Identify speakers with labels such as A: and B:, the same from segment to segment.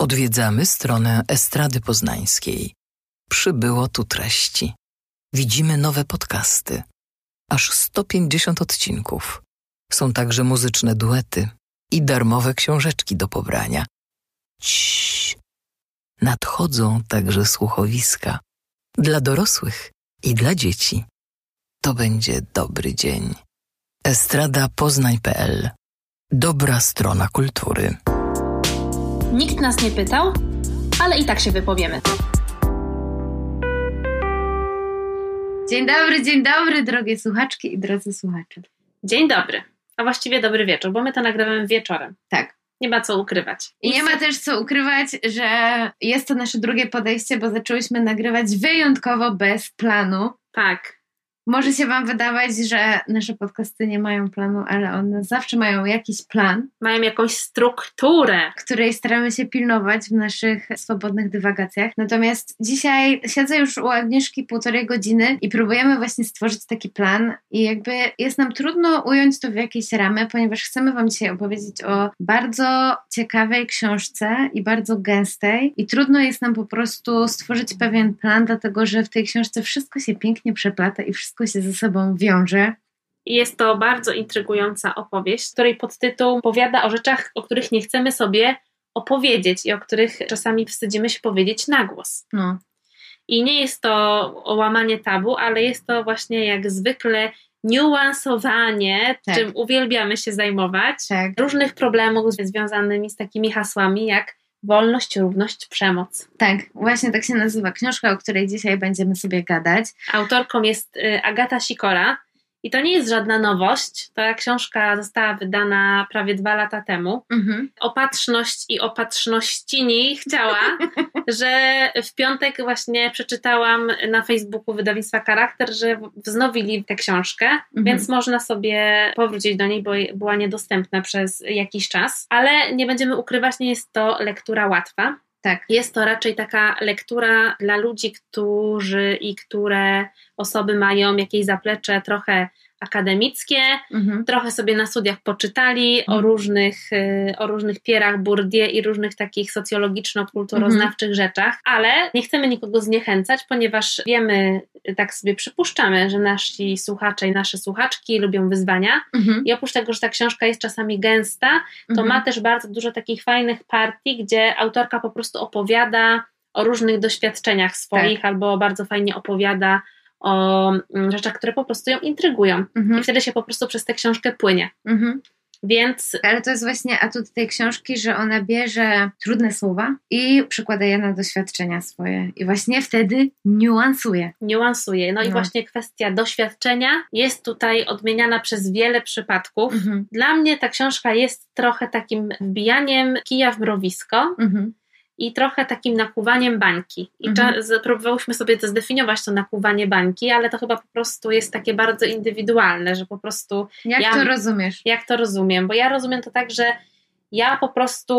A: Odwiedzamy stronę Estrady Poznańskiej. Przybyło tu treści. Widzimy nowe podcasty. Aż 150 odcinków. Są także muzyczne duety i darmowe książeczki do pobrania. Ciii. Nadchodzą także słuchowiska. Dla dorosłych i dla dzieci. To będzie dobry dzień. Estradapoznań.pl. Dobra strona kultury.
B: Nikt nas nie pytał, ale i tak się wypowiemy.
C: Dzień dobry, drogie słuchaczki i drodzy słuchacze.
B: Dzień dobry, a właściwie dobry wieczór, bo my to nagrywamy wieczorem.
C: Tak.
B: Nie ma co ukrywać.
C: I nie ma też co ukrywać, że jest to nasze drugie podejście, bo zaczęłyśmy nagrywać wyjątkowo bez planu.
B: Tak.
C: Może się wam wydawać, że nasze podcasty nie mają planu, ale one zawsze mają jakiś plan.
B: Mają jakąś strukturę,
C: której staramy się pilnować w naszych swobodnych dywagacjach. Natomiast dzisiaj siedzę już u Agnieszki 1,5 godziny i próbujemy właśnie stworzyć taki plan i jakby jest nam trudno ująć to w jakieś ramy, ponieważ chcemy wam dzisiaj opowiedzieć o bardzo ciekawej książce i bardzo gęstej i trudno jest nam po prostu stworzyć pewien plan, dlatego że w tej książce wszystko się pięknie przeplata i wszystko się ze sobą wiąże.
B: I jest to bardzo intrygująca opowieść, której podtytuł opowiada o rzeczach, o których nie chcemy sobie opowiedzieć i o których czasami wstydzimy się powiedzieć na głos.
C: No.
B: I nie jest to łamanie tabu, ale jest to właśnie jak zwykle niuansowanie,
C: tak.
B: czym uwielbiamy się zajmować,
C: tak.
B: różnych problemów związanymi z takimi hasłami jak wolność, równość, przemoc.
C: Tak, właśnie tak się nazywa książka, o której dzisiaj będziemy sobie gadać.
B: Autorką jest Agata Sikora i to nie jest żadna nowość. Ta książka została wydana prawie 2 lata temu. Opatrzność i opatrznościni chciała, że w piątek właśnie przeczytałam na Facebooku wydawnictwa Charakter, że wznowili tę książkę, więc można sobie powrócić do niej, bo była niedostępna przez jakiś czas. Ale nie będziemy ukrywać, nie jest to lektura łatwa.
C: Tak.
B: Jest to raczej taka lektura dla ludzi, które osoby mają jakieś zaplecze trochę akademickie, trochę sobie na studiach poczytali o różnych Pierre'ach Bourdieu i różnych takich socjologiczno-kulturoznawczych rzeczach, ale nie chcemy nikogo zniechęcać, ponieważ wiemy, tak sobie przypuszczamy, że nasi słuchacze i nasze słuchaczki lubią wyzwania i oprócz tego, że ta książka jest czasami gęsta, to ma też bardzo dużo takich fajnych partii, gdzie autorka po prostu opowiada o różnych doświadczeniach swoich, albo bardzo fajnie opowiada o rzeczach, które po prostu ją intrygują. I wtedy się po prostu przez tę książkę płynie. Więc...
C: Ale to jest właśnie atut tej książki, że ona bierze trudne słowa i przykłada je na doświadczenia swoje. I właśnie wtedy niuansuje. No i właśnie kwestia doświadczenia jest tutaj odmieniana przez wiele przypadków. Dla mnie ta książka jest trochę takim wbijaniem kija w mrowisko. I trochę takim nakłuwaniem bańki. I próbowałyśmy sobie to zdefiniować, to nakłuwanie bańki, ale to chyba po prostu jest takie bardzo indywidualne, że po prostu... Jak to rozumiesz?
B: Jak to rozumiem? Bo ja rozumiem to tak, że ja po prostu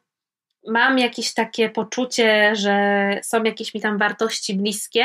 B: mam jakieś takie poczucie, że są jakieś mi tam wartości bliskie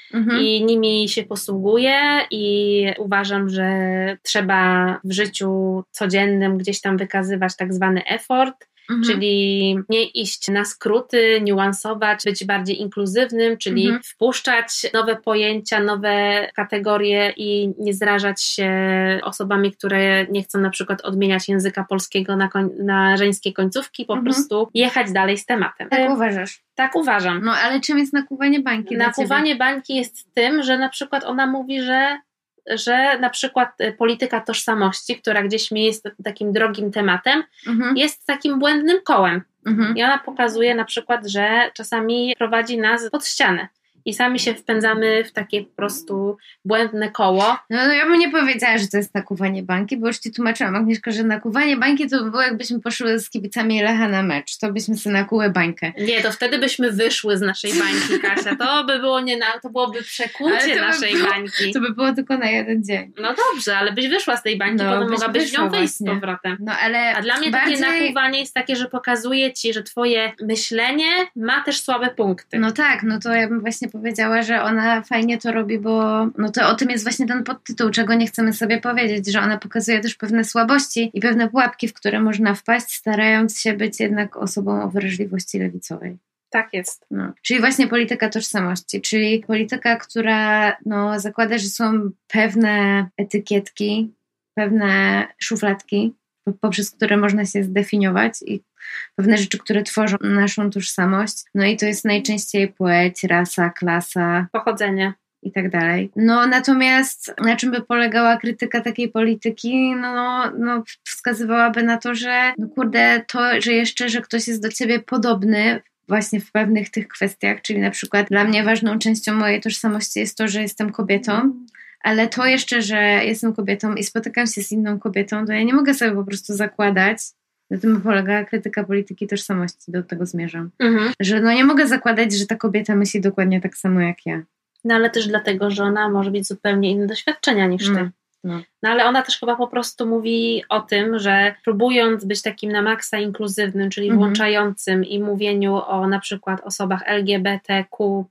B: i nimi się posługuję i uważam, że trzeba w życiu codziennym gdzieś tam wykazywać tak zwany effort, czyli nie iść na skróty, niuansować, być bardziej inkluzywnym, czyli wpuszczać nowe pojęcia, nowe kategorie i nie zrażać się osobami, które nie chcą na przykład odmieniać języka polskiego na żeńskie końcówki, po prostu jechać dalej z tematem.
C: Tak uważasz?
B: Tak uważam.
C: No ale czym jest nakłuwanie bańki?
B: Nakłuwanie bańki jest tym, że na przykład ona mówi, że na przykład polityka tożsamości, która gdzieś mi jest takim drogim tematem, jest takim błędnym kołem. I ona pokazuje na przykład, że czasami prowadzi nas pod ścianę. I sami się wpędzamy w takie po prostu błędne koło.
C: No ja bym nie powiedziała, że to jest nakłuwanie bańki, bo już Ci tłumaczyłam, Agnieszka, że nakłuwanie bańki to by było, jakbyśmy poszły z kibicami Lecha na mecz. To byśmy sobie nakłuły bańkę.
B: Nie, to wtedy byśmy wyszły z naszej bańki, Kasia. To by było to byłoby przekłucie naszej bańki.
C: To by było tylko na jeden dzień.
B: No dobrze, ale byś wyszła z tej bańki, potem mogłabyś w nią wyjść z powrotem.
C: No, ale
B: a dla mnie takie nakłuwanie jest takie, że pokazuje Ci, że Twoje myślenie ma też słabe punkty.
C: No tak, no to ja bym właśnie powiedziała, że ona fajnie to robi, bo no to o tym jest właśnie ten podtytuł, czego nie chcemy sobie powiedzieć, że ona pokazuje też pewne słabości i pewne pułapki, w które można wpaść, starając się być jednak osobą o wrażliwości lewicowej.
B: Tak jest.
C: No. Czyli właśnie polityka tożsamości, czyli polityka, która zakłada, że są pewne etykietki, pewne szufladki, poprzez które można się zdefiniować i pewne rzeczy, które tworzą naszą tożsamość. No i to jest najczęściej płeć, rasa, klasa,
B: pochodzenie
C: i tak dalej. No natomiast na czym by polegała krytyka takiej polityki? No wskazywałaby na to, że to, że jeszcze, że ktoś jest do ciebie podobny właśnie w pewnych tych kwestiach, czyli na przykład dla mnie ważną częścią mojej tożsamości jest to, że jestem kobietą, ale to jeszcze, że jestem kobietą i spotykam się z inną kobietą, to ja nie mogę sobie po prostu zakładać. Na tym polega krytyka polityki tożsamości, do tego zmierzam. Że nie mogę zakładać, że ta kobieta myśli dokładnie tak samo jak ja.
B: No ale też dlatego, że ona może mieć zupełnie inne doświadczenia niż ty. No ale ona też chyba po prostu mówi o tym, że próbując być takim na maksa inkluzywnym, czyli włączającym i mówieniu o na przykład osobach LGBTQ+,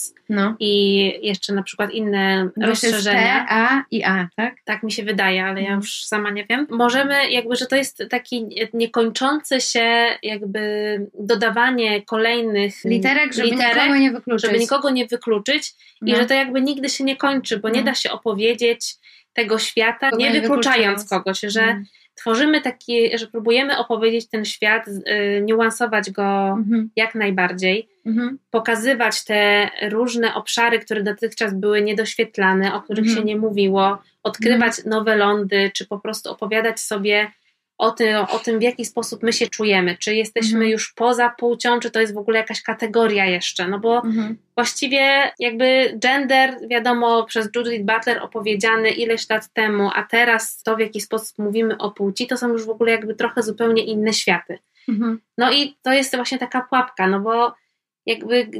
B: i jeszcze na przykład inne rozszerzenia.
C: T, A i A, tak?
B: Tak mi się wydaje, ale ja już sama nie wiem. Możemy jakby, że to jest taki niekończący się jakby dodawanie kolejnych
C: literek, żeby nikogo nie wykluczyć.
B: I że to jakby nigdy się nie kończy, bo nie da się opowiedzieć tego świata, nie wykluczając kogoś, że tworzymy że próbujemy opowiedzieć ten świat, niuansować go jak najbardziej, pokazywać te różne obszary, które dotychczas były niedoświetlane, o których się nie mówiło, odkrywać nowe lądy, czy po prostu opowiadać sobie o tym, w jaki sposób my się czujemy, czy jesteśmy już poza płcią, czy to jest w ogóle jakaś kategoria jeszcze, no bo właściwie jakby gender, wiadomo, przez Judith Butler opowiedziany ileś lat temu, a teraz to, w jaki sposób mówimy o płci, to są już w ogóle jakby trochę zupełnie inne światy. No i to jest właśnie taka pułapka, no bo jakby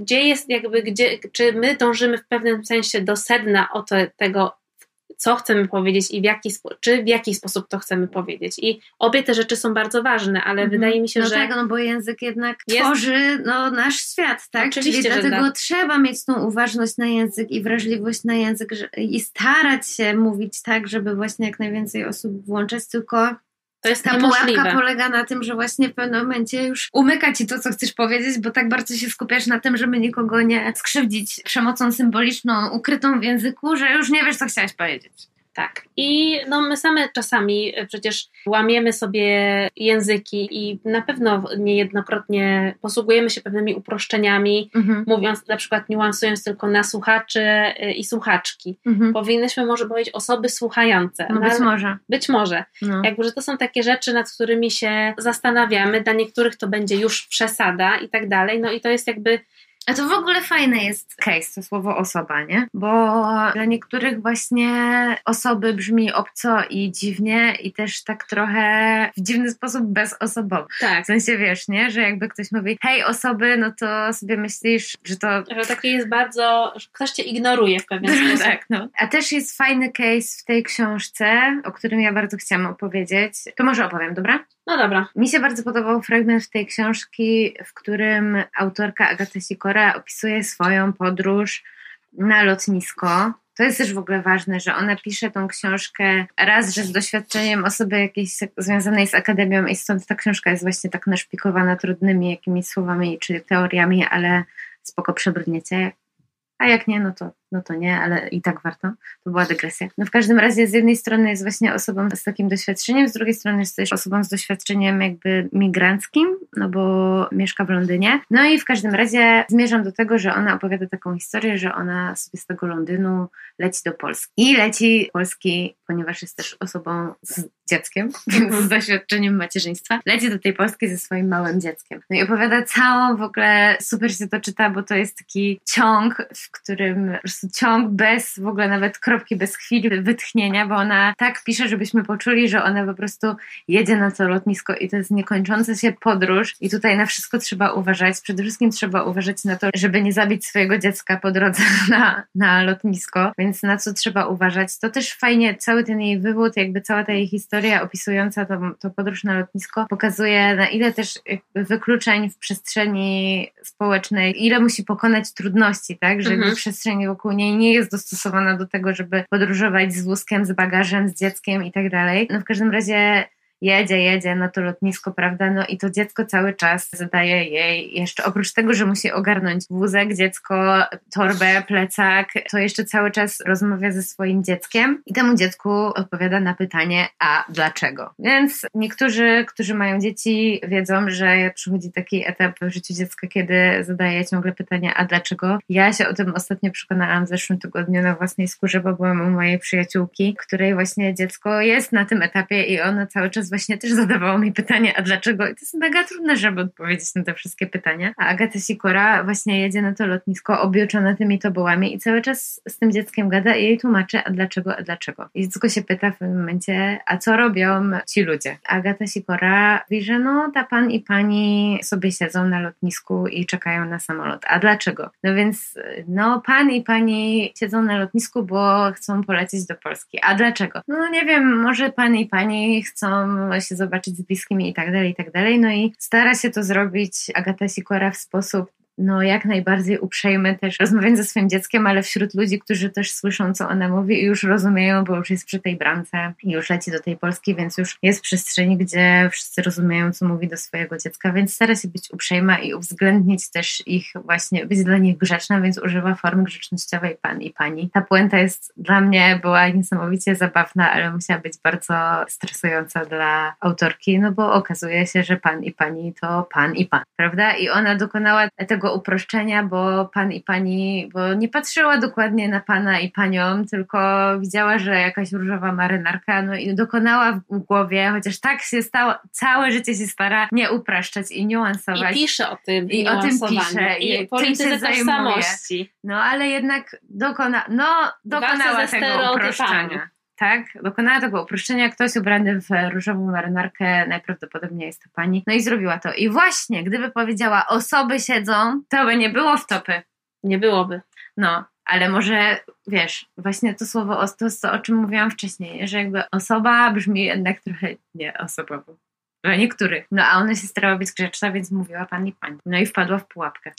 B: czy my dążymy w pewnym sensie do sedna tego, co chcemy powiedzieć i w jaki sposób to chcemy powiedzieć. I obie te rzeczy są bardzo ważne, ale wydaje mi się, że...
C: No tak, bo język jednak tworzy nasz świat, tak?
B: Oczywiście,
C: czyli dlatego trzeba mieć tą uważność na język i wrażliwość na język i starać się mówić tak, żeby właśnie jak najwięcej osób włączać, tylko
B: to jest
C: ta pułapka polega na tym, że właśnie w pewnym momencie już umyka ci to, co chcesz powiedzieć, bo tak bardzo się skupiasz na tym, żeby nikogo nie skrzywdzić przemocą symboliczną, ukrytą w języku, że już nie wiesz, co chciałaś powiedzieć.
B: Tak. I my same czasami przecież łamiemy sobie języki i na pewno niejednokrotnie posługujemy się pewnymi uproszczeniami, mówiąc na przykład, niuansując tylko na słuchaczy i słuchaczki. Powinnyśmy może powiedzieć osoby słuchające. Być może. Jakby, że to są takie rzeczy, nad którymi się zastanawiamy. Dla niektórych to będzie już przesada i tak dalej. No i to jest jakby...
C: A to w ogóle fajne jest case, to słowo osoba, nie? Bo dla niektórych właśnie osoby brzmi obco i dziwnie i też tak trochę w dziwny sposób bezosobowo.
B: Tak.
C: W sensie wiesz, nie? Że jakby ktoś mówi hej osoby, no to sobie myślisz, że to...
B: Że takie jest bardzo... że ktoś cię ignoruje w pewien sposób.
C: Tak, A też jest fajny case w tej książce, o którym ja bardzo chciałam opowiedzieć. To może opowiem, dobra?
B: No dobra.
C: Mi się bardzo podobał fragment tej książki, w którym autorka Agata Sikora opisuje swoją podróż na lotnisko. To jest też w ogóle ważne, że ona pisze tą książkę raz, że z doświadczeniem osoby jakiejś związanej z akademią i stąd ta książka jest właśnie tak naszpikowana trudnymi jakimiś słowami czy teoriami, ale spoko przebrniecie. A jak nie, no to nie, ale i tak warto. To była dygresja. No w każdym razie z jednej strony jest właśnie osobą z takim doświadczeniem, z drugiej strony jest też osobą z doświadczeniem jakby migranckim, no bo mieszka w Londynie. No i w każdym razie zmierzam do tego, że ona opowiada taką historię, że ona sobie z tego Londynu leci do Polski. I leci do Polski, ponieważ jest też osobą z dzieckiem, z doświadczeniem macierzyństwa. Leci do tej Polski ze swoim małym dzieckiem. No i opowiada całą w ogóle, super się to czyta, bo to jest taki ciąg, w którym prostu ciąg bez w ogóle nawet kropki, bez chwili wytchnienia, bo ona tak pisze, żebyśmy poczuli, że ona po prostu jedzie na to lotnisko i to jest niekończąca się podróż i tutaj na wszystko trzeba uważać. Przede wszystkim trzeba uważać na to, żeby nie zabić swojego dziecka po drodze na lotnisko, więc na co trzeba uważać. To też fajnie, cały ten jej wywód, jakby cała ta jej historia opisująca tą podróż na lotnisko pokazuje, na ile też wykluczeń w przestrzeni społecznej, ile musi pokonać trudności, tak, że przestrzeń wokół niej nie jest dostosowana do tego, żeby podróżować z wózkiem, z bagażem, z dzieckiem i tak dalej. No w każdym razie jedzie na to lotnisko, prawda, no i to dziecko cały czas zadaje jej, jeszcze oprócz tego, że musi ogarnąć wózek, dziecko, torbę, plecak, to jeszcze cały czas rozmawia ze swoim dzieckiem i temu dziecku odpowiada na pytanie, a dlaczego? Więc niektórzy, którzy mają dzieci, wiedzą, że przychodzi taki etap w życiu dziecka, kiedy zadaje ciągle pytanie, a dlaczego? Ja się o tym ostatnio przekonałam w zeszłym tygodniu na własnej skórze, bo byłam u mojej przyjaciółki, której właśnie dziecko jest na tym etapie i ona cały czas właśnie też zadawało mi pytanie, a dlaczego? I to jest mega trudne, żeby odpowiedzieć na te wszystkie pytania. A Agata Sikora właśnie jedzie na to lotnisko objuczona tymi tobołami i cały czas z tym dzieckiem gada i jej tłumaczy, a dlaczego? I dziecko się pyta w pewnym momencie, a co robią ci ludzie? Agata Sikora mówi, że no ta pan i pani sobie siedzą na lotnisku i czekają na samolot. A dlaczego? No więc no pan i pani siedzą na lotnisku, bo chcą polecieć do Polski. A dlaczego? No nie wiem, może pan i pani chcą się zobaczyć z bliskimi i tak dalej. No i stara się to zrobić Agata Sikora w sposób jak najbardziej uprzejmy, też rozmawiając ze swoim dzieckiem, ale wśród ludzi, którzy też słyszą, co ona mówi i już rozumieją, bo już jest przy tej bramce i już leci do tej Polski, więc już jest w przestrzeni, gdzie wszyscy rozumieją, co mówi do swojego dziecka, więc stara się być uprzejma i uwzględnić też ich właśnie, być dla nich grzeczna, więc używa formy grzecznościowej pan i pani. Ta puenta jest dla mnie, była niesamowicie zabawna, ale musiała być bardzo stresująca dla autorki, no bo okazuje się, że pan i pani to pan i pan, prawda? I ona dokonała tego uproszczenia, bo pan i pani, bo nie patrzyła dokładnie na pana i panią, tylko widziała, że jakaś różowa marynarka, no i dokonała w głowie, chociaż tak się stało, całe życie się stara nie upraszczać i niuansować.
B: I pisze o tym
C: i o tym pisze.
B: I polityce tożsamości.
C: No ale jednak dokonała tego uproszczenia. Tak, dokonała tego uproszczenia, ktoś ubrany w różową marynarkę, najprawdopodobniej jest to pani, no i zrobiła to. I właśnie, gdyby powiedziała, osoby siedzą, to by nie było wtopy.
B: Nie byłoby.
C: No, ale może, wiesz, właśnie to słowo, to o czym mówiłam wcześniej, że jakby osoba brzmi jednak trochę nieosobowo. Dla niektórych. No a ona się starała być grzeczna, więc mówiła pan i pani. No i wpadła w pułapkę.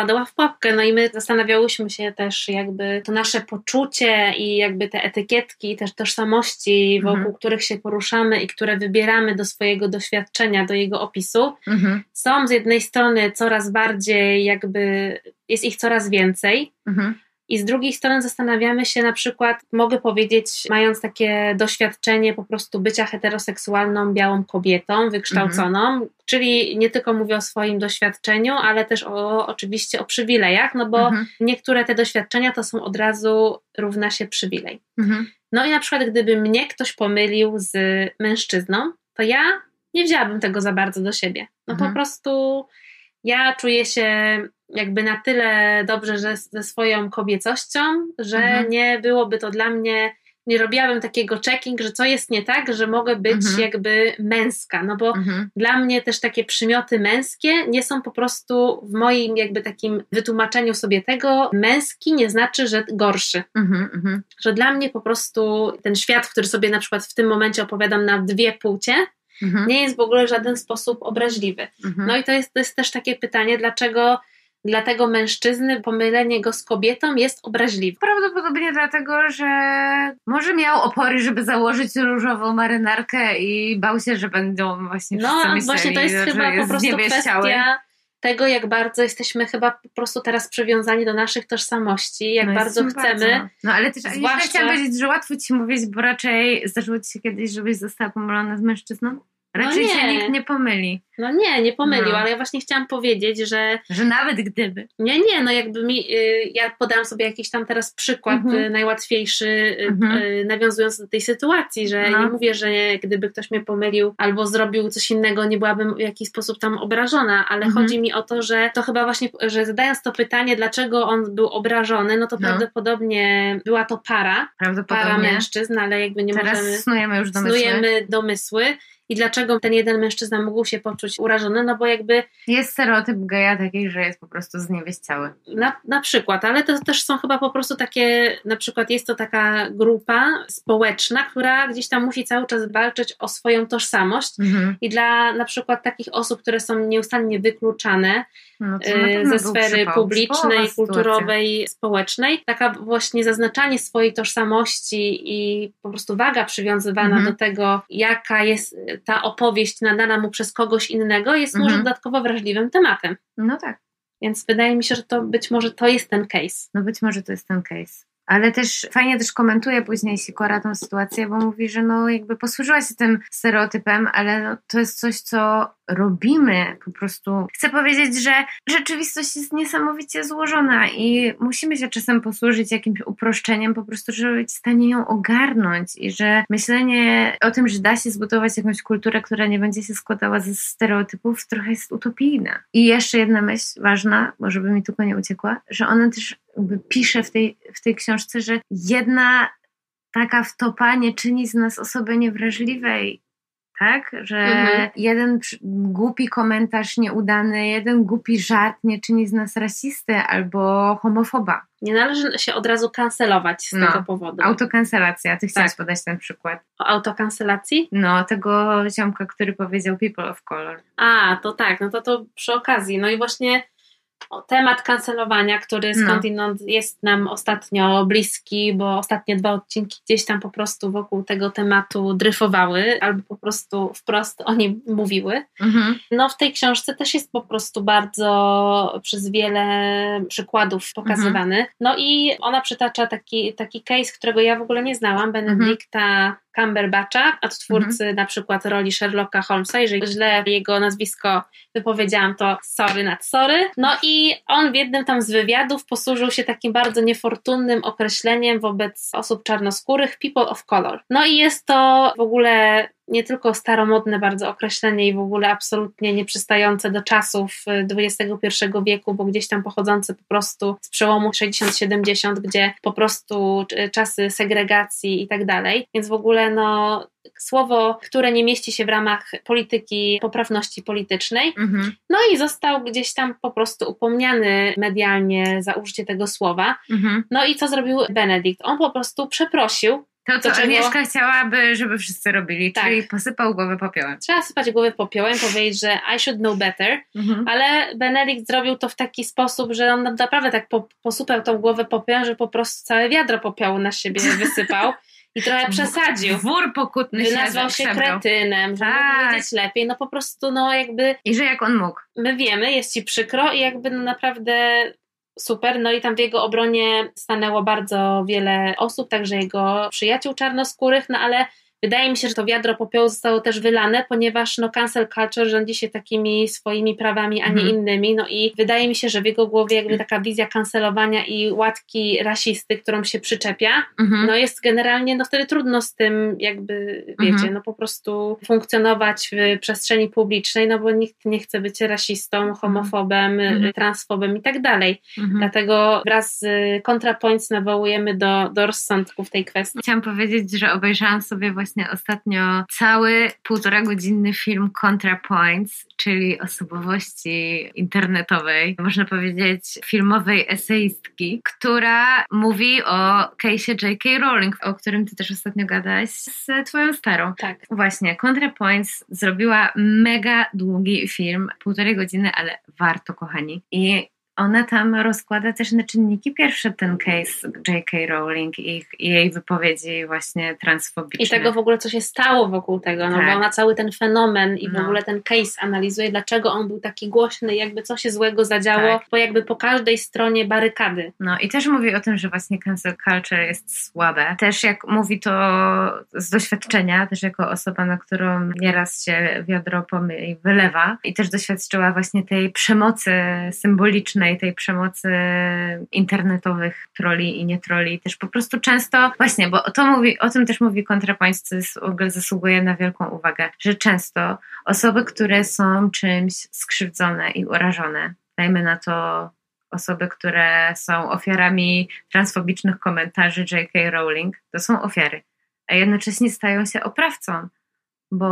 B: No i my zastanawiałyśmy się też jakby to nasze poczucie i jakby te etykietki, też tożsamości, wokół których się poruszamy i które wybieramy do swojego doświadczenia, do jego opisu, są z jednej strony coraz bardziej jakby, jest ich coraz więcej, i z drugiej strony zastanawiamy się, na przykład, mogę powiedzieć, mając takie doświadczenie po prostu bycia heteroseksualną, białą kobietą, wykształconą, czyli nie tylko mówię o swoim doświadczeniu, ale też oczywiście o przywilejach, no bo niektóre te doświadczenia to są od razu równa się przywilej. No i na przykład, gdyby mnie ktoś pomylił z mężczyzną, to ja nie wzięłabym tego za bardzo do siebie. No po prostu ja czuję się jakby na tyle dobrze, że ze swoją kobiecością, że nie byłoby to dla mnie, nie robiłabym takiego checking, że co jest nie tak, że mogę być jakby męska, no bo dla mnie też takie przymioty męskie nie są po prostu w moim jakby takim wytłumaczeniu sobie tego, męski nie znaczy, że gorszy. Że dla mnie po prostu ten świat, który sobie na przykład w tym momencie opowiadam na dwie płcie, nie jest w ogóle w żaden sposób obraźliwy. No i to jest też takie pytanie, dlaczego dla tego mężczyzny pomylenie go z kobietą jest obraźliwe?
C: Prawdopodobnie dlatego, że może miał opory, żeby założyć różową marynarkę i bał się, że będą właśnie wszyscy myśleli,
B: właśnie to jest chyba po prostu kwestia tego, jak bardzo jesteśmy chyba po prostu teraz przywiązani do naszych tożsamości, jak bardzo chcemy.
C: No ale też zwłaszcza... chciałam powiedzieć, że łatwo ci mówić, bo raczej zdarzyło ci się kiedyś, żebyś została pomylona z mężczyzną? Raczej się nikt nie pomyli.
B: No nie pomylił, ale ja właśnie chciałam powiedzieć, że
C: nawet gdyby.
B: Nie, no jakby ja podałam sobie jakiś tam teraz przykład najłatwiejszy, nawiązując do tej sytuacji, że nie mówię, że gdyby ktoś mnie pomylił albo zrobił coś innego, nie byłabym w jakiś sposób tam obrażona, ale chodzi mi o to, że to chyba właśnie, że zadając to pytanie, dlaczego on był obrażony, no to prawdopodobnie była to para mężczyzn, ale jakby nie
C: teraz
B: możemy...
C: Snujemy
B: domysły. I dlaczego ten jeden mężczyzna mógł się poczuć urażony? No bo jakby...
C: Jest stereotyp geja taki, że jest po prostu zniewieściały.
B: Na przykład, ale to też są chyba po prostu takie, na przykład jest to taka grupa społeczna, która gdzieś tam musi cały czas walczyć o swoją tożsamość i dla na przykład takich osób, które są nieustannie wykluczane ze sfery publicznej, kulturowej, społecznej, taka właśnie zaznaczanie swojej tożsamości i po prostu waga przywiązywana do tego, jaka jest ta opowieść nadana mu przez kogoś innego, jest może dodatkowo wrażliwym tematem.
C: No tak.
B: Więc wydaje mi się, że to być może to jest ten case.
C: No być może to jest ten case. Ale też fajnie też komentuje później Sikora tą sytuację, bo mówi, że no jakby posłużyła się tym stereotypem, ale no to jest coś, co robimy po prostu. Chcę powiedzieć, że rzeczywistość jest niesamowicie złożona i musimy się czasem posłużyć jakimś uproszczeniem po prostu, żeby być w stanie ją ogarnąć i że myślenie o tym, że da się zbudować jakąś kulturę, która nie będzie się składała ze stereotypów, trochę jest utopijna. I jeszcze jedna myśl ważna, bo żeby mi tylko nie uciekła, że ona też jakby pisze w tej książce, że jedna taka wtopa nie czyni z nas osoby niewrażliwej. Tak? Że jeden głupi komentarz nieudany, jeden głupi żart nie czyni z nas rasisty albo homofoba.
B: Nie należy się od razu kancelować z tego powodu.
C: Autokancelacja. Ty chciałaś podać ten przykład.
B: O autokancelacji?
C: No, tego ziomka, który powiedział people of color.
B: A, to tak. No to przy okazji. No i właśnie temat kancelowania, który skądinąd jest nam ostatnio bliski, bo ostatnie 2 odcinki gdzieś tam po prostu wokół tego tematu dryfowały, albo po prostu wprost o nim mówiły. No w tej książce też jest po prostu bardzo przez wiele przykładów pokazywany. No i ona przytacza taki case, którego ja w ogóle nie znałam, Benedicta Cumberbatcha, od twórcy na przykład roli Sherlocka Holmesa. Jeżeli źle jego nazwisko wypowiedziałam, to sorry not sorry. No i on w jednym tam z wywiadów posłużył się takim bardzo niefortunnym określeniem wobec osób czarnoskórych, people of color. No i jest to w ogóle nie staromodne bardzo określenie i w ogóle absolutnie nieprzystające do czasów XXI wieku, bo gdzieś tam pochodzące po prostu z przełomu 60-70, gdzie po prostu czasy segregacji i tak dalej. Więc w ogóle słowo, które nie mieści się w ramach polityki poprawności politycznej. No i został gdzieś tam po prostu upomniany medialnie za użycie tego słowa. No i co zrobił Benedikt? On po prostu przeprosił.
C: To, co Agnieszka chciałaby, żeby wszyscy robili, czyli posypał głowę popiołem.
B: Trzeba sypać głowę popiołem, powiedzieć, że I should know better, ale Benedikt zrobił to w taki sposób, że on naprawdę tak posupał tą głowę popiołem, że po prostu całe wiadro popiołu na siebie wysypał. I trochę przesadził.
C: Wór pokutny się
B: nazwał się kretynem, żeby powiedzieć lepiej. No po prostu, jakby...
C: I że jak on mógł.
B: My wiemy, jest ci przykro i jakby naprawdę super. No i tam w jego obronie stanęło bardzo wiele osób, także jego przyjaciół czarnoskórych, ale wydaje mi się, że to wiadro popiołu zostało też wylane, ponieważ cancel culture rządzi się takimi swoimi prawami, a nie innymi. No i wydaje mi się, że w jego głowie jakby taka wizja kancelowania i łatki rasisty, którą się przyczepia, jest generalnie, wtedy trudno z tym jakby, wiecie, po prostu funkcjonować w przestrzeni publicznej, bo nikt nie chce być rasistą, homofobem, transfobem i tak dalej. Dlatego wraz z ContraPoints nawołujemy do rozsądku w tej kwestii.
C: Chciałam powiedzieć, że obejrzałam sobie właśnie ostatnio cały 1,5-godzinny film ContraPoints, czyli osobowości internetowej, można powiedzieć filmowej eseistki, która mówi o case'ie J.K. Rowling, o którym ty też ostatnio gadałaś z twoją starą.
B: Tak.
C: Właśnie, ContraPoints zrobiła mega długi film, 1,5 godziny, ale warto, kochani. I ona tam rozkłada też na czynniki pierwsze ten case J.K. Rowling i jej wypowiedzi właśnie transfobiczne.
B: I tego w ogóle, co się stało wokół tego, no bo ona cały ten fenomen i w ogóle ten case analizuje, dlaczego on był taki głośny, jakby co się złego zadziało, bo jakby po każdej stronie barykady.
C: No i też mówi o tym, że właśnie cancel culture jest słabe. Też jak mówi to z doświadczenia, też jako osoba, na którą nieraz się wiadro pomyj wylewa i też doświadczyła właśnie tej przemocy symbolicznej, tej przemocy internetowych troli i nie troli. Też po prostu często, właśnie, bo o tym też mówi ContraPoints, co w ogóle zasługuje na wielką uwagę, że często osoby, które są czymś skrzywdzone i urażone, dajmy na to osoby, które są ofiarami transfobicznych komentarzy J.K. Rowling, to są ofiary, a jednocześnie stają się oprawcą, bo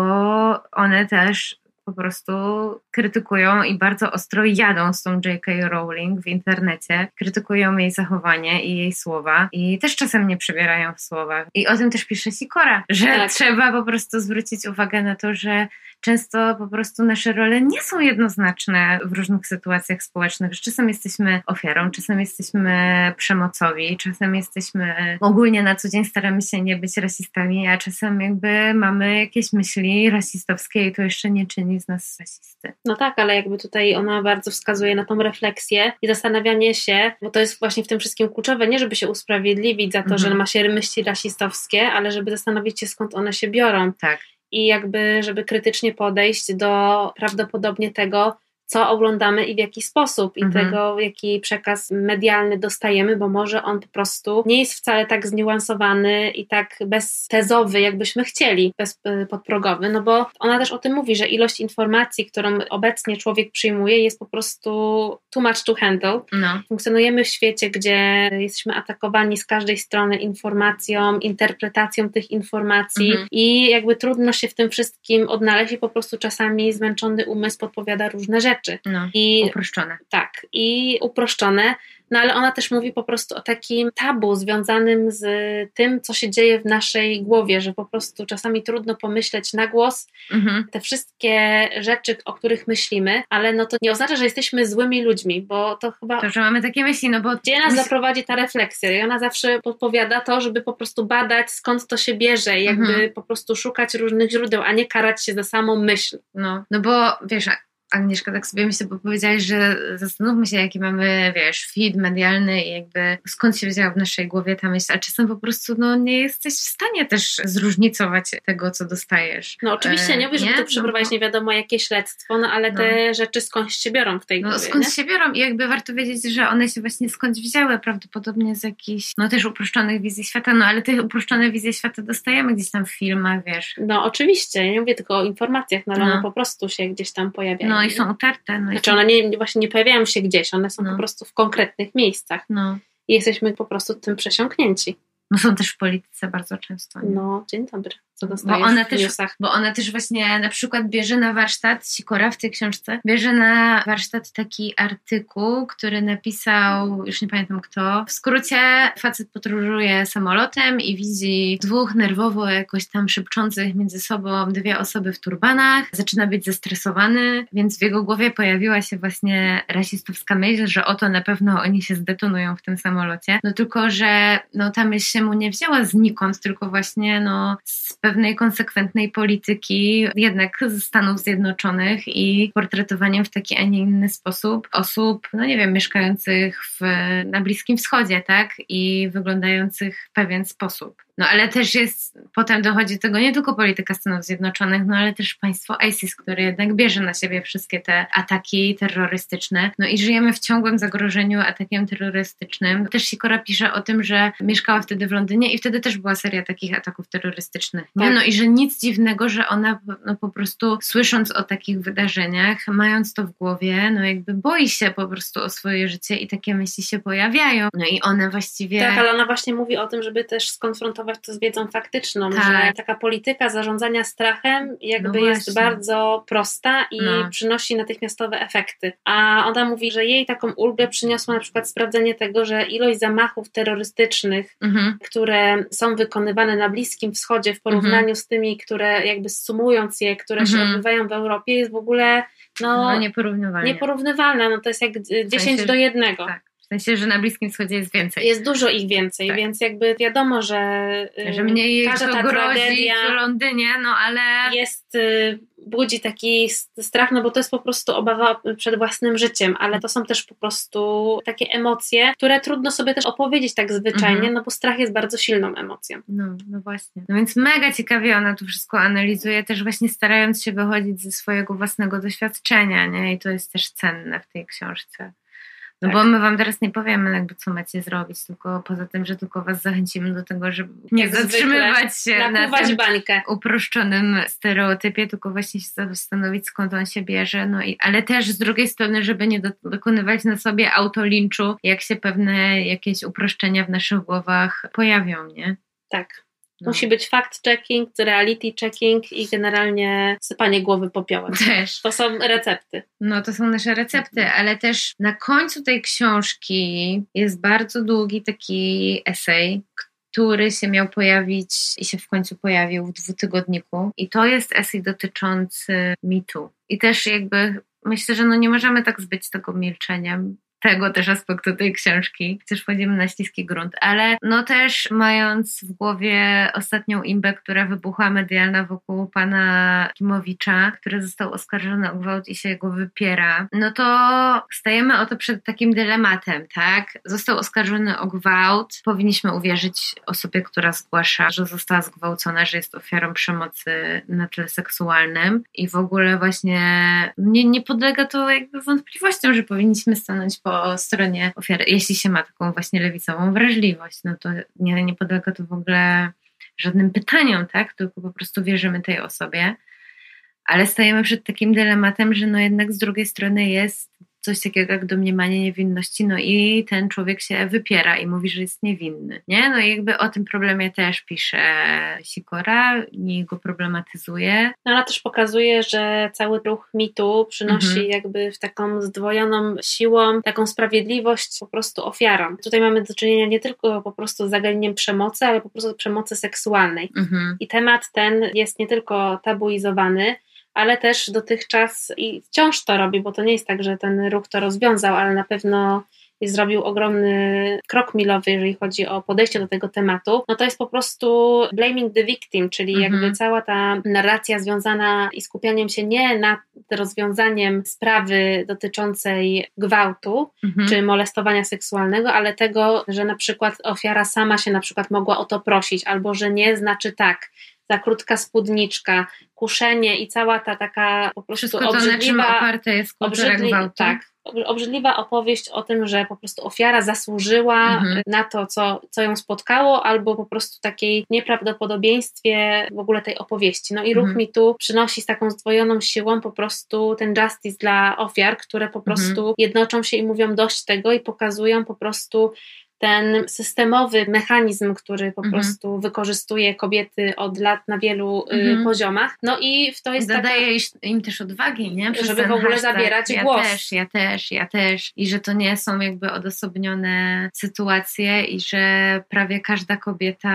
C: one też po prostu krytykują i bardzo ostro jadą z tą J.K. Rowling w internecie, krytykują jej zachowanie i jej słowa i też czasem nie przebierają w słowach. I o tym też pisze Sikora, że trzeba po prostu zwrócić uwagę na to, że często po prostu nasze role nie są jednoznaczne w różnych sytuacjach społecznych, że czasem jesteśmy ofiarą, czasem jesteśmy przemocowi, czasem jesteśmy ogólnie na co dzień staramy się nie być rasistami, a czasem jakby mamy jakieś myśli rasistowskie i to jeszcze nie czyni z nas rasisty.
B: No tak, ale jakby tutaj ona bardzo wskazuje na tą refleksję i zastanawianie się, bo to jest właśnie w tym wszystkim kluczowe, nie żeby się usprawiedliwić za to, że ma się myśli rasistowskie, ale żeby zastanowić się, skąd one się biorą.
C: Tak.
B: I jakby, żeby krytycznie podejść do prawdopodobnie tego, co oglądamy i w jaki sposób i tego, jaki przekaz medialny dostajemy, bo może on po prostu nie jest wcale tak zniuansowany i tak beztezowy, jakbyśmy chcieli, podprogowy, no bo ona też o tym mówi, że ilość informacji, którą obecnie człowiek przyjmuje, jest po prostu too much to handle.
C: No.
B: Funkcjonujemy w świecie, gdzie jesteśmy atakowani z każdej strony informacją, interpretacją tych informacji i jakby trudno się w tym wszystkim odnaleźć i po prostu czasami zmęczony umysł podpowiada różne rzeczy.
C: No,
B: i
C: uproszczone.
B: Tak, i uproszczone, no ale ona też mówi po prostu o takim tabu związanym z tym, co się dzieje w naszej głowie, że po prostu czasami trudno pomyśleć na głos te wszystkie rzeczy, o których myślimy, ale no to nie oznacza, że jesteśmy złymi ludźmi, bo to chyba...
C: To, że mamy takie myśli, no bo...
B: Gdzie nas zaprowadzi ta refleksja? I ona zawsze podpowiada to, żeby po prostu badać, skąd to się bierze i jakby po prostu szukać różnych źródeł, a nie karać się za samą myśl.
C: No bo wiesz... Agnieszka, tak sobie myślę, bo powiedziałaś, że zastanówmy się, jaki mamy, feed medialny i jakby skąd się wzięła w naszej głowie ta myśl, a czasem po prostu nie jesteś w stanie też zróżnicować tego, co dostajesz.
B: No oczywiście, nie mówię, żeby tu przeprowadzić nie wiadomo jakie śledztwo, ale te rzeczy skądś się biorą w tej głowie.
C: Skąd się biorą i jakby warto wiedzieć, że one się właśnie skądś wzięły, prawdopodobnie z jakichś, też uproszczonych wizji świata, ale te uproszczone wizje świata dostajemy gdzieś tam w filmach,
B: No oczywiście, nie mówię tylko o informacjach, ale one po prostu się gdzieś tam pojawiają.
C: No i są utarte.
B: Znaczy one właśnie nie pojawiają się gdzieś, one są po prostu w konkretnych miejscach. I jesteśmy po prostu tym przesiąknięci.
C: Są też w polityce bardzo często. Nie?
B: Dzień dobry. Co dostajesz w newsach?
C: Bo ona też właśnie na przykład bierze na warsztat, Sikora w tej książce, bierze na warsztat taki artykuł, który napisał, już nie pamiętam kto, w skrócie facet podróżuje samolotem i widzi dwóch nerwowo jakoś tam szepczących między sobą dwie osoby w turbanach, zaczyna być zestresowany, więc w jego głowie pojawiła się właśnie rasistowska myśl, że oto na pewno oni się zdetonują w tym samolocie, tylko że ta myśl się mu nie wzięła znikąd, tylko właśnie z pewnej konsekwentnej polityki jednak ze Stanów Zjednoczonych i portretowaniem w taki, a nie inny sposób osób, mieszkających na Bliskim Wschodzie, tak? I wyglądających w pewien sposób. Ale też potem dochodzi do tego nie tylko polityka Stanów Zjednoczonych, ale też państwo ISIS, które jednak bierze na siebie wszystkie te ataki terrorystyczne. I żyjemy w ciągłym zagrożeniu atakiem terrorystycznym. Też Sikora pisze o tym, że mieszkała wtedy w Londynie i wtedy też była seria takich ataków terrorystycznych. Nie?
B: Tak.
C: I że nic dziwnego, że ona po prostu słysząc o takich wydarzeniach, mając to w głowie, jakby boi się po prostu o swoje życie i takie myśli się pojawiają. I one właściwie...
B: Tak, ale ona właśnie mówi o tym, żeby też skonfrontować to z wiedzą faktyczną,
C: tak.
B: Że taka polityka zarządzania strachem jakby jest bardzo prosta i przynosi natychmiastowe efekty. A ona mówi, że jej taką ulgę przyniosło na przykład sprawdzenie tego, że ilość zamachów terrorystycznych, które są wykonywane na Bliskim Wschodzie w porównaniu z tymi, które jakby sumując je, które się odbywają w Europie, jest w ogóle nieporównywalna. No to jest jak 10 do 1.
C: Tak. W sensie, że na Bliskim Wschodzie jest więcej.
B: Jest dużo ich więcej, tak. Więc jakby wiadomo, że
C: mniej
B: każda ta tragedia
C: w Londynie, ale
B: budzi taki strach, bo to jest po prostu obawa przed własnym życiem, ale to są też po prostu takie emocje, które trudno sobie też opowiedzieć tak zwyczajnie, bo strach jest bardzo silną emocją.
C: No właśnie. No więc mega ciekawie ona to wszystko analizuje, też właśnie starając się wychodzić ze swojego własnego doświadczenia, nie? I to jest też cenne w tej książce. No tak. Bo my wam teraz nie powiemy jakby co macie zrobić, tylko poza tym, że tylko was zachęcimy do tego, żeby nie zatrzymywać się na tym uproszczonym stereotypie, tylko właśnie się zastanowić, skąd on się bierze, ale też z drugiej strony, żeby nie dokonywać na sobie autolinczu, jak się pewne jakieś uproszczenia w naszych głowach pojawią, nie?
B: Tak. Musi być fact-checking, reality checking i generalnie sypanie głowy popiołem.
C: Też.
B: To są recepty.
C: To są nasze recepty, ale też na końcu tej książki jest bardzo długi taki esej, który się miał pojawić i się w końcu pojawił w 2-tygodniku. I to jest esej dotyczący mitu. I też jakby myślę, że nie możemy tak zbyć tego milczeniem. Tego też aspektu tej książki, chociaż wchodzimy na śliski grunt, ale też mając w głowie ostatnią imbę, która wybuchła medialna wokół pana Kimowicza, który został oskarżony o gwałt i się go wypiera, to stajemy oto przed takim dylematem, tak? Został oskarżony o gwałt, powinniśmy uwierzyć osobie, która zgłasza, że została zgwałcona, że jest ofiarą przemocy na tle seksualnym i w ogóle właśnie nie podlega to jakby wątpliwościom, że powinniśmy stanąć po stronie ofiary, jeśli się ma taką właśnie lewicową wrażliwość, to nie podlega to w ogóle żadnym pytaniom, tak? Tylko po prostu wierzymy tej osobie, ale stajemy przed takim dylematem, że jednak z drugiej strony jest coś takiego jak domniemanie niewinności, i ten człowiek się wypiera i mówi, że jest niewinny, nie? I jakby o tym problemie też pisze Sikora i go problematyzuje.
B: Ona też pokazuje, że cały ruch mitu przynosi jakby w taką zdwojoną siłą, taką sprawiedliwość po prostu ofiarom. Tutaj mamy do czynienia nie tylko po prostu z zagadnieniem przemocy, ale po prostu przemocy seksualnej. I temat ten jest nie tylko tabuizowany, ale też dotychczas i wciąż to robi, bo to nie jest tak, że ten ruch to rozwiązał, ale na pewno zrobił ogromny krok milowy, jeżeli chodzi o podejście do tego tematu, to jest po prostu blaming the victim, czyli jakby cała ta narracja związana i skupianiem się nie nad rozwiązaniem sprawy dotyczącej gwałtu czy molestowania seksualnego, ale tego, że na przykład ofiara sama się na przykład mogła o to prosić, albo że nie znaczy tak, za krótka spódniczka, kuszenie i cała ta taka po prostu
C: wszystko to, obrzydliwa, na czym oparte jest kultura gwałtu.
B: Tak, obrzydliwa opowieść o tym, że po prostu ofiara zasłużyła na to, co ją spotkało, albo po prostu takiej nieprawdopodobieństwie w ogóle tej opowieści. I ruch mitu przynosi z taką zdwojoną siłą po prostu ten justice dla ofiar, które po prostu jednoczą się i mówią dość tego i pokazują po prostu ten systemowy mechanizm, który po prostu wykorzystuje kobiety od lat na wielu poziomach. I to jest
C: dodaje im też odwagi, nie?
B: Żeby w ogóle zabierać głos.
C: Ja też. I że to nie są jakby odosobnione sytuacje i że prawie każda kobieta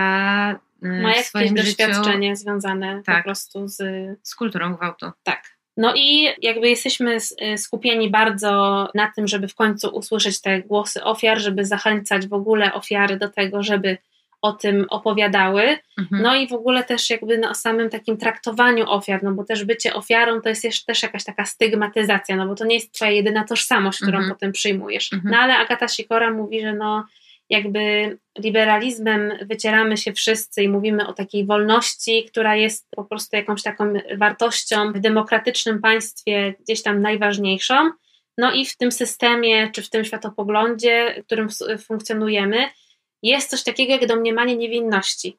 B: ma
C: w swoim
B: jakieś
C: życiu
B: doświadczenie związane po prostu z
C: kulturą gwałtu.
B: Tak. I jakby jesteśmy skupieni bardzo na tym, żeby w końcu usłyszeć te głosy ofiar, żeby zachęcać w ogóle ofiary do tego, żeby o tym opowiadały. I w ogóle też jakby na samym takim traktowaniu ofiar, bo też bycie ofiarą to jest też jakaś taka stygmatyzacja, bo to nie jest twoja jedyna tożsamość, którą potem przyjmujesz. Ale Agata Sikora mówi, że jakby liberalizmem wycieramy się wszyscy i mówimy o takiej wolności, która jest po prostu jakąś taką wartością w demokratycznym państwie gdzieś tam najważniejszą. I w tym systemie, czy w tym światopoglądzie, w którym funkcjonujemy, jest coś takiego jak domniemanie niewinności.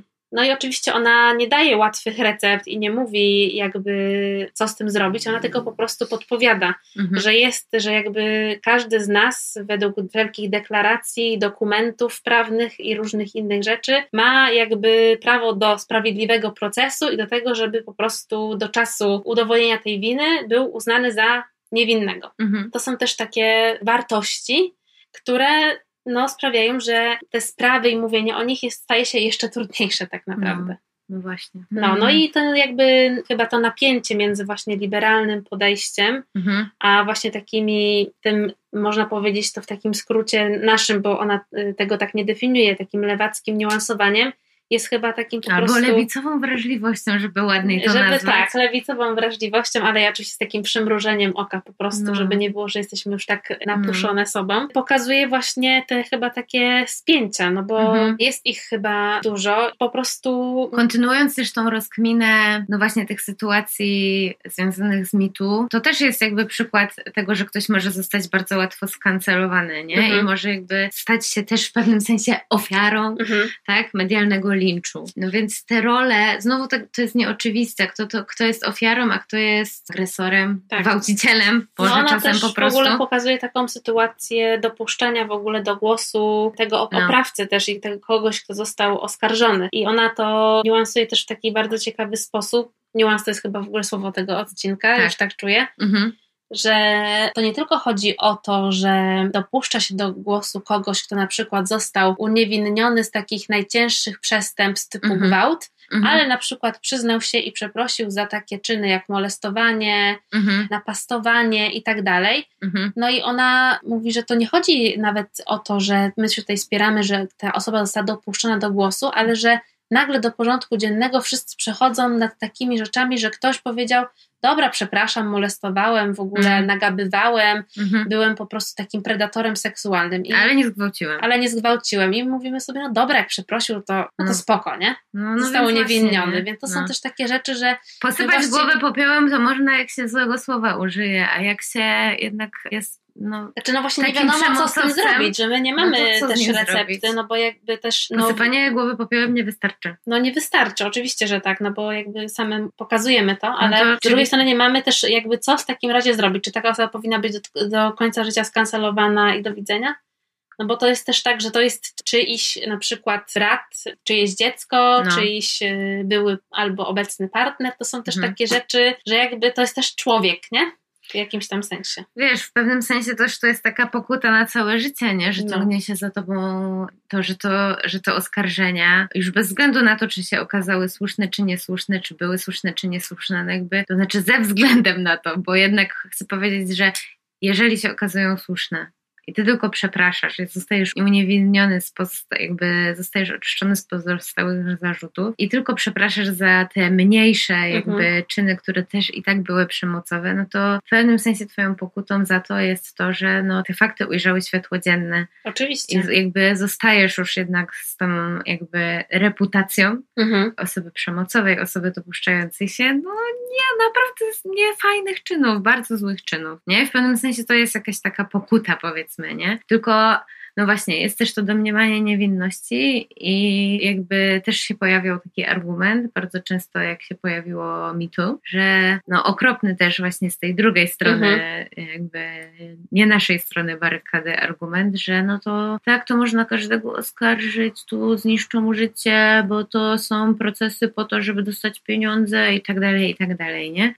B: I oczywiście ona nie daje łatwych recept i nie mówi jakby co z tym zrobić, ona tylko po prostu podpowiada, że jakby każdy z nas według wielkich deklaracji, dokumentów prawnych i różnych innych rzeczy ma jakby prawo do sprawiedliwego procesu i do tego, żeby po prostu do czasu udowodnienia tej winy był uznany za niewinnego. To są też takie wartości, które sprawiają, że te sprawy i mówienie o nich staje się jeszcze trudniejsze tak naprawdę.
C: No właśnie.
B: No i to jakby chyba to napięcie między właśnie liberalnym podejściem, a właśnie tym można powiedzieć to w takim skrócie naszym, bo ona tego tak nie definiuje, takim lewackim niuansowaniem, jest chyba takim po prostu...
C: Albo lewicową wrażliwością, żeby ładniej to nazwać.
B: Tak, lewicową wrażliwością, ale ja oczywiście z takim przymrużeniem oka po prostu, żeby nie było, że jesteśmy już tak napuszone sobą. Pokazuje właśnie te chyba takie spięcia, no bo jest ich chyba dużo. Po prostu...
C: Kontynuując też tą rozkminę, no właśnie tych sytuacji związanych z MeToo, to też jest jakby przykład tego, że ktoś może zostać bardzo łatwo skancelowany, nie? I może jakby stać się też w pewnym sensie ofiarą, tak? Medialnego linczu. No więc te role, znowu to jest nieoczywiste, kto jest ofiarą, a kto jest agresorem, gwałcicielem,
B: ona
C: czasem
B: też
C: po prostu.
B: w ogóle pokazuje taką sytuację dopuszczania w ogóle do głosu tego oprawcy też i tego kogoś, kto został oskarżony. I ona to niuansuje też w taki bardzo ciekawy sposób. Niuans to jest chyba w ogóle słowo tego odcinka, już tak czuję. Że to nie tylko chodzi o to, że dopuszcza się do głosu kogoś, kto na przykład został uniewinniony z takich najcięższych przestępstw typu gwałt, ale na przykład przyznał się i przeprosił za takie czyny jak molestowanie, napastowanie i tak dalej. No i ona mówi, że to nie chodzi nawet o to, że my się tutaj spieramy, że ta osoba została dopuszczona do głosu, ale że nagle do porządku dziennego wszyscy przechodzą nad takimi rzeczami, że ktoś powiedział: dobra, przepraszam, molestowałem, w ogóle nagabywałem, byłem po prostu takim predatorem seksualnym. Ale nie zgwałciłem. I mówimy sobie, no dobra, jak przeprosił, to spoko, nie? Został uniewinniony. Więc to są też takie rzeczy, że...
C: Posypać głowę popiołem to można, jak się złego słowa użyje, a jak się jednak jest...
B: Znaczy, właśnie nie wiadomo, co z tym zrobić, że my nie mamy też recepty, zrobić? No bo jakby też...
C: Posypanie głowy popiołem nie wystarczy.
B: No nie wystarczy, oczywiście, że tak, no bo jakby same pokazujemy to, ale z drugiej strony nie mamy też jakby co w takim razie zrobić. Czy taka osoba powinna być do końca życia skancelowana i do widzenia? No bo to jest też tak, że to jest czyjś na przykład brat, czyjeś dziecko, czyjś były albo obecny partner, to są też takie rzeczy, że jakby to jest też człowiek, nie? W jakimś tam sensie.
C: Wiesz, w pewnym sensie też to jest taka pokuta na całe życie, nie? Że ciągnie się za tobą że to oskarżenia, już bez względu na to, czy się okazały słuszne, czy niesłuszne, czy były słuszne, czy niesłuszne, no jakby, to znaczy ze względem na to, bo jednak chcę powiedzieć, że jeżeli się okazują słuszne i ty tylko przepraszasz, zostajesz uniewinniony, zostajesz oczyszczony z pozostałych zarzutów i tylko przepraszasz za te mniejsze jakby czyny, które też i tak były przemocowe, no to w pewnym sensie twoją pokutą za to jest to, że te fakty ujrzały światło dzienne.
B: Oczywiście.
C: I jakby zostajesz już jednak z tą jakby reputacją osoby przemocowej, osoby dopuszczającej się, naprawdę niefajnych czynów, bardzo złych czynów, nie? W pewnym sensie to jest jakaś taka pokuta, powiedzmy, nie? Tylko, właśnie, jest też to domniemanie niewinności i jakby też się pojawiał taki argument, bardzo często jak się pojawiło MeToo, że okropny też właśnie z tej drugiej strony, jakby nie naszej strony barykady argument, że to można każdego oskarżyć, tu zniszczą mu życie, bo to są procesy po to, żeby dostać pieniądze i tak dalej, nie?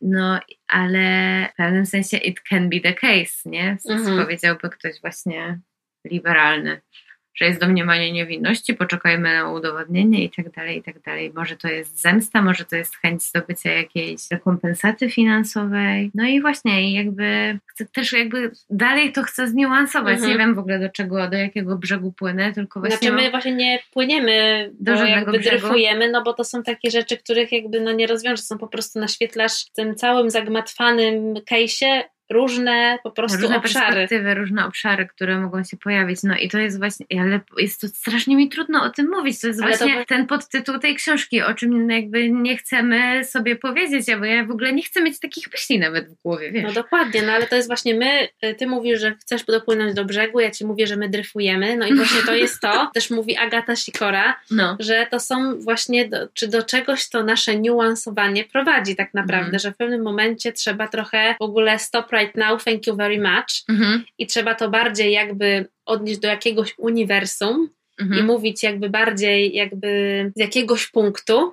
C: Ale w pewnym sensie it can be the case, nie? Powiedziałby ktoś właśnie liberalny, że jest domniemanie niewinności, poczekajmy na udowodnienie i tak dalej. Może to jest zemsta, może to jest chęć zdobycia jakiejś rekompensaty finansowej. No i właśnie jakby chcę też jakby dalej to chcę zniuansować. Nie wiem w ogóle do jakiego brzegu płynę, tylko właśnie...
B: Znaczy my właśnie nie płyniemy, bo jakby dryfujemy, bo to są takie rzeczy, których jakby nie rozwiążesz, są po prostu naświetlasz w tym całym zagmatwanym case'ie różne po prostu obszary.
C: Różne obszary, które mogą się pojawić. I to jest właśnie, ale jest to strasznie mi trudno o tym mówić. To jest właśnie ten podtytuł tej książki, o czym jakby nie chcemy sobie powiedzieć, bo ja w ogóle nie chcę mieć takich myśli nawet w głowie, wiesz.
B: No dokładnie, ale to jest właśnie ty mówisz, że chcesz dopłynąć do brzegu, ja ci mówię, że my dryfujemy, i właśnie to jest to, też mówi Agata Sikora, że to są właśnie, czy do czegoś to nasze niuansowanie prowadzi tak naprawdę, że w pewnym momencie trzeba trochę w ogóle stop right now, thank you very much i trzeba to bardziej jakby odnieść do jakiegoś uniwersum i mówić jakby bardziej jakby z jakiegoś punktu,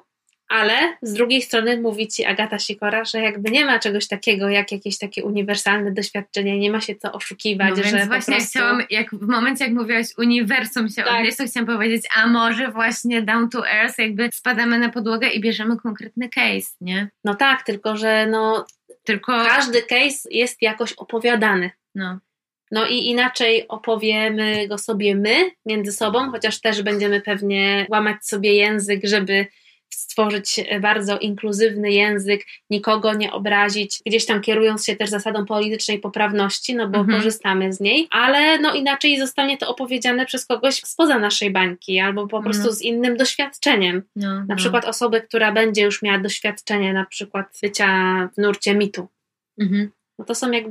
B: Ale z drugiej strony mówi ci Agata Sikora, że jakby nie ma czegoś takiego jak jakieś takie uniwersalne doświadczenie, nie ma się co oszukiwać,
C: no,
B: że
C: więc właśnie
B: po prostu...
C: chciałam, w momencie jak mówiłaś uniwersum się odnieść, to chciałam powiedzieć, a może właśnie down to earth, jakby spadamy na podłogę i bierzemy konkretny case, nie?
B: No tak, tylko że każdy case jest jakoś opowiadany. No i inaczej opowiemy go sobie my, między sobą, chociaż też będziemy pewnie łamać sobie język, żeby stworzyć bardzo inkluzywny język, nikogo nie obrazić, gdzieś tam kierując się też zasadą politycznej poprawności, no bo korzystamy z niej, ale no inaczej zostanie to opowiedziane przez kogoś spoza naszej bańki, albo po prostu z innym doświadczeniem. Na przykład osobę, która będzie już miała doświadczenie na przykład bycia w nurcie mitu. No to są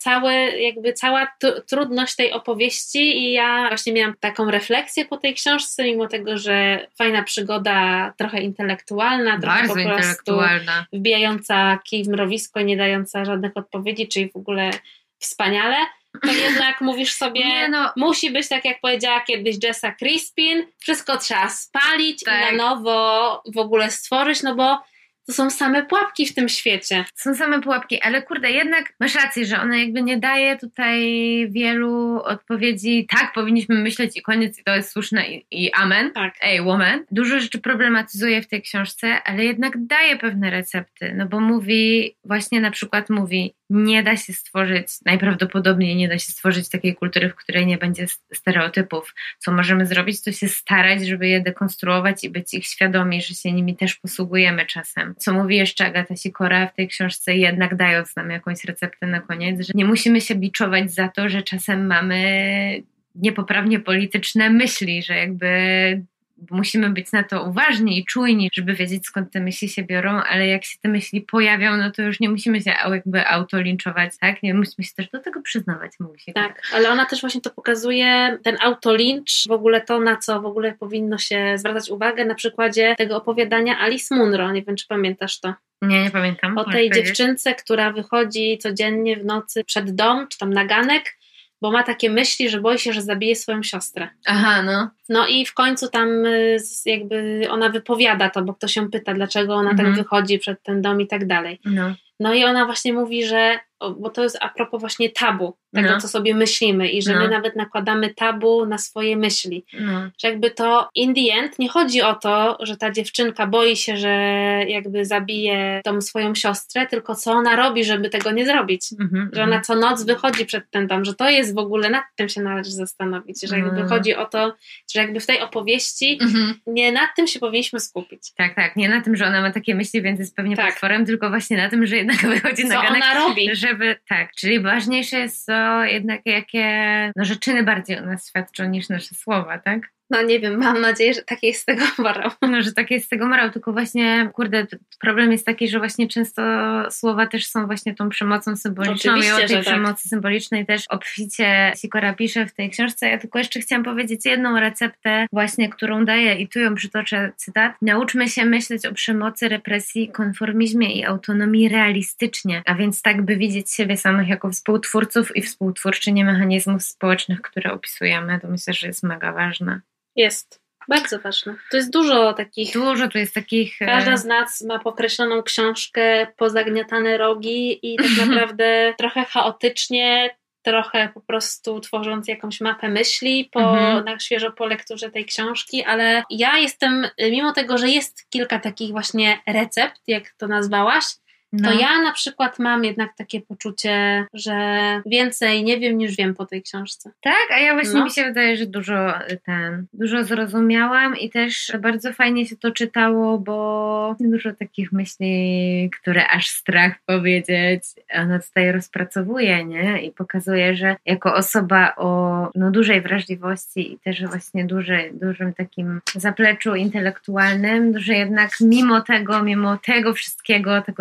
B: cała trudność tej opowieści i ja właśnie miałam taką refleksję po tej książce, mimo tego, że fajna przygoda, trochę intelektualna, trochę
C: bardzo
B: po prostu wbijająca kij w mrowisko i nie dająca żadnych odpowiedzi, czyli w ogóle wspaniale, to jednak mówisz sobie, musi być tak jak powiedziała kiedyś Jessa Crispin, wszystko trzeba spalić i na nowo w ogóle stworzyć, no bo to są same pułapki w tym świecie.
C: Są same pułapki, ale kurde, jednak masz rację, że ona jakby nie daje tutaj wielu odpowiedzi. Tak, powinniśmy myśleć i koniec, i to jest słuszne i amen.
B: Tak.
C: Ej, woman. Dużo rzeczy problematyzuje w tej książce, ale jednak daje pewne recepty, no bo właśnie na przykład mówi, nie da się stworzyć, najprawdopodobniej nie da się stworzyć takiej kultury, w której nie będzie stereotypów. Co możemy zrobić, to się starać, żeby je dekonstruować i być ich świadomi, że się nimi też posługujemy czasem. Co mówi jeszcze Agata Sikora w tej książce, jednak dając nam jakąś receptę na koniec, że nie musimy się biczować za to, że czasem mamy niepoprawnie polityczne myśli, że jakby musimy być na to uważni i czujni, żeby wiedzieć, skąd te myśli się biorą, ale jak się te myśli pojawią, no to już nie musimy się jakby autolinczować, tak? Nie musimy się też do tego przyznawać.
B: Tak, ale ona też właśnie to pokazuje, ten autolincz, w ogóle to, na co w ogóle powinno się zwracać uwagę, na przykładzie tego opowiadania Alice Munro. Nie wiem, czy pamiętasz to.
C: Nie pamiętam.
B: O tej dziewczynce, która wychodzi codziennie w nocy przed dom, czy tam na ganek, bo ma takie myśli, że boi się, że zabije swoją siostrę.
C: Aha, no.
B: No i w końcu tam jakby ona wypowiada to, bo ktoś ją pyta, dlaczego ona tak wychodzi przed ten dom i tak dalej. No i ona właśnie mówi, że, bo to jest a propos właśnie tabu, tego co sobie myślimy i że my nawet nakładamy tabu na swoje myśli. Że jakby to in the end nie chodzi o to, że ta dziewczynka boi się, że jakby zabije tą swoją siostrę, tylko co ona robi, żeby tego nie zrobić. Że ona co noc wychodzi przed ten dom, że to jest w ogóle, nad tym się należy zastanowić, że jakby chodzi o to, że jakby w tej opowieści nie nad tym się powinniśmy skupić.
C: Tak, nie na tym, że ona ma takie myśli, więc jest pewnie potworem, tylko właśnie na tym, że jednak wychodzi na ganek.
B: Co ona robi?
C: Czyli ważniejsze jest to jednak jakie czyny bardziej o nas świadczą niż nasze słowa, tak?
B: No nie wiem, mam nadzieję, że taki jest z tego morał.
C: Że taki jest z tego morał, tylko właśnie, problem jest taki, że właśnie często słowa też są właśnie tą przemocą symboliczną.
B: Oczywiście,
C: i o tej
B: że
C: przemocy symbolicznej też obficie Sikora pisze w tej książce. Ja tylko jeszcze chciałam powiedzieć jedną receptę właśnie, którą daje i tu ją przytoczę, cytat. Nauczmy się myśleć o przemocy, represji, konformizmie i autonomii realistycznie, a więc tak, by widzieć siebie samych jako współtwórców i współtwórczynie mechanizmów społecznych, które opisujemy. To myślę, że jest mega ważne.
B: Jest. Bardzo ważne. To jest dużo takich...
C: Tu jest takich...
B: Każda z nas ma pokreśloną książkę, pozagniatane rogi i tak naprawdę trochę chaotycznie, trochę po prostu tworząc jakąś mapę myśli na świeżo po lekturze tej książki, ale ja jestem, mimo tego, że jest kilka takich właśnie recept, jak to nazwałaś, to ja na przykład mam jednak takie poczucie, że więcej nie wiem niż wiem po tej książce.
C: Tak, a ja właśnie mi się wydaje, że dużo zrozumiałam i też bardzo fajnie się to czytało, bo dużo takich myśli, które aż strach powiedzieć, ona tutaj rozpracowuje, nie? I pokazuje, że jako osoba o dużej wrażliwości i też właśnie dużym takim zapleczu intelektualnym, że jednak mimo tego wszystkiego, tego całego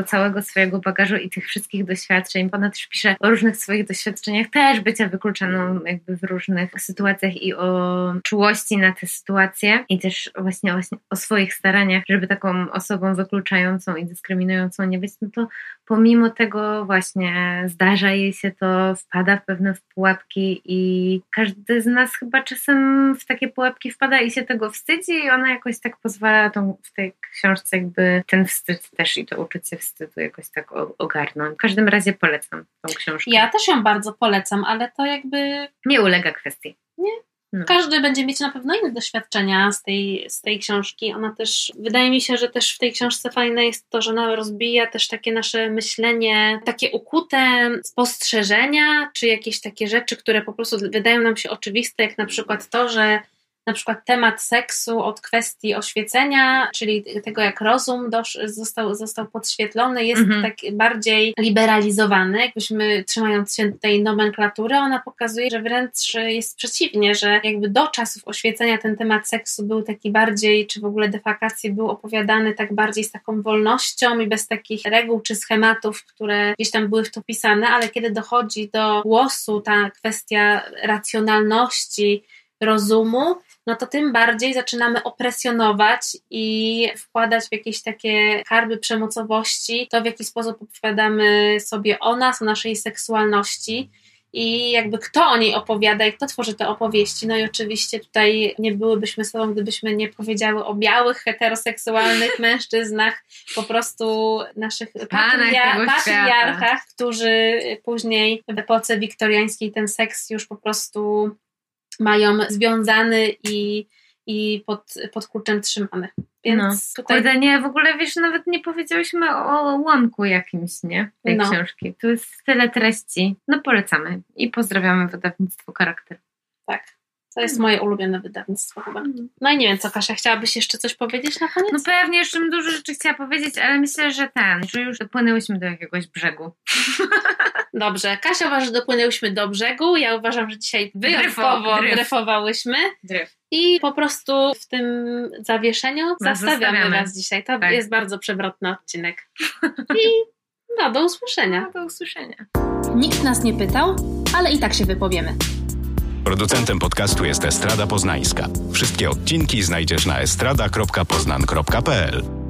C: swojego bagażu i tych wszystkich doświadczeń, bo ona też pisze o różnych swoich doświadczeniach, też bycia wykluczoną jakby w różnych sytuacjach i o czułości na te sytuacje i też właśnie o swoich staraniach, żeby taką osobą wykluczającą i dyskryminującą nie być, no to pomimo tego właśnie zdarza jej się to, wpada w pewne pułapki i każdy z nas chyba czasem w takie pułapki wpada i się tego wstydzi i ona jakoś tak pozwala w tej książce jakby ten wstyd też i to uczucie wstydu jakoś tak ogarnąć. W każdym razie polecam tą książkę.
B: Ja też ją bardzo polecam, ale to jakby...
C: Nie ulega kwestii.
B: Nie. No. Każdy będzie mieć na pewno inne doświadczenia z tej książki. Ona też, wydaje mi się, że też w tej książce fajne jest to, że ona rozbija też takie nasze myślenie, takie ukute spostrzeżenia, czy jakieś takie rzeczy, które po prostu wydają nam się oczywiste, jak na przykład to, że na przykład temat seksu od kwestii oświecenia, czyli tego, jak rozum został podświetlony, jest tak bardziej liberalizowany. Jakbyśmy, trzymając się tej nomenklatury, ona pokazuje, że wręcz jest przeciwnie, że jakby do czasów oświecenia ten temat seksu był taki bardziej, czy w ogóle defakacji był opowiadany tak bardziej z taką wolnością i bez takich reguł czy schematów, które gdzieś tam były w to pisane, ale kiedy dochodzi do głosu ta kwestia racjonalności, rozumu, no to tym bardziej zaczynamy opresjonować i wkładać w jakieś takie karby przemocowości to, w jaki sposób opowiadamy sobie o nas, o naszej seksualności i jakby kto o niej opowiada i kto tworzy te opowieści. No i oczywiście tutaj nie byłybyśmy sobą, gdybyśmy nie powiedziały o białych, heteroseksualnych mężczyznach, po prostu naszych patriarchach, którzy później w epoce wiktoriańskiej ten seks już po prostu mają związany i pod kurczem trzymany. Więc tutaj...
C: Kurde, nie, w ogóle wiesz, nawet nie powiedziałyśmy o ułamku jakimś, nie? Tej książki. Tu jest tyle treści. No polecamy. I pozdrawiamy wydawnictwo Charakter.
B: Tak. To jest moje ulubione wydawnictwo chyba. No i nie wiem co, Kasia, chciałabyś jeszcze coś powiedzieć na koniec?
C: No pewnie jeszcze bym dużo rzeczy chciała powiedzieć, ale myślę, że już dopłynęłyśmy do jakiegoś brzegu.
B: Dobrze, Kasia uważa, że dopłynęłyśmy do brzegu, ja uważam, że dzisiaj wyjątkowo dryfowałyśmy. I po prostu w tym zawieszeniu zostawiamy Was dzisiaj. To jest bardzo przewrotny odcinek. I do usłyszenia.
C: Do usłyszenia.
B: Nikt nas nie pytał, ale i tak się wypowiemy.
D: Producentem podcastu jest Estrada Poznańska. Wszystkie odcinki znajdziesz na estrada.poznan.pl.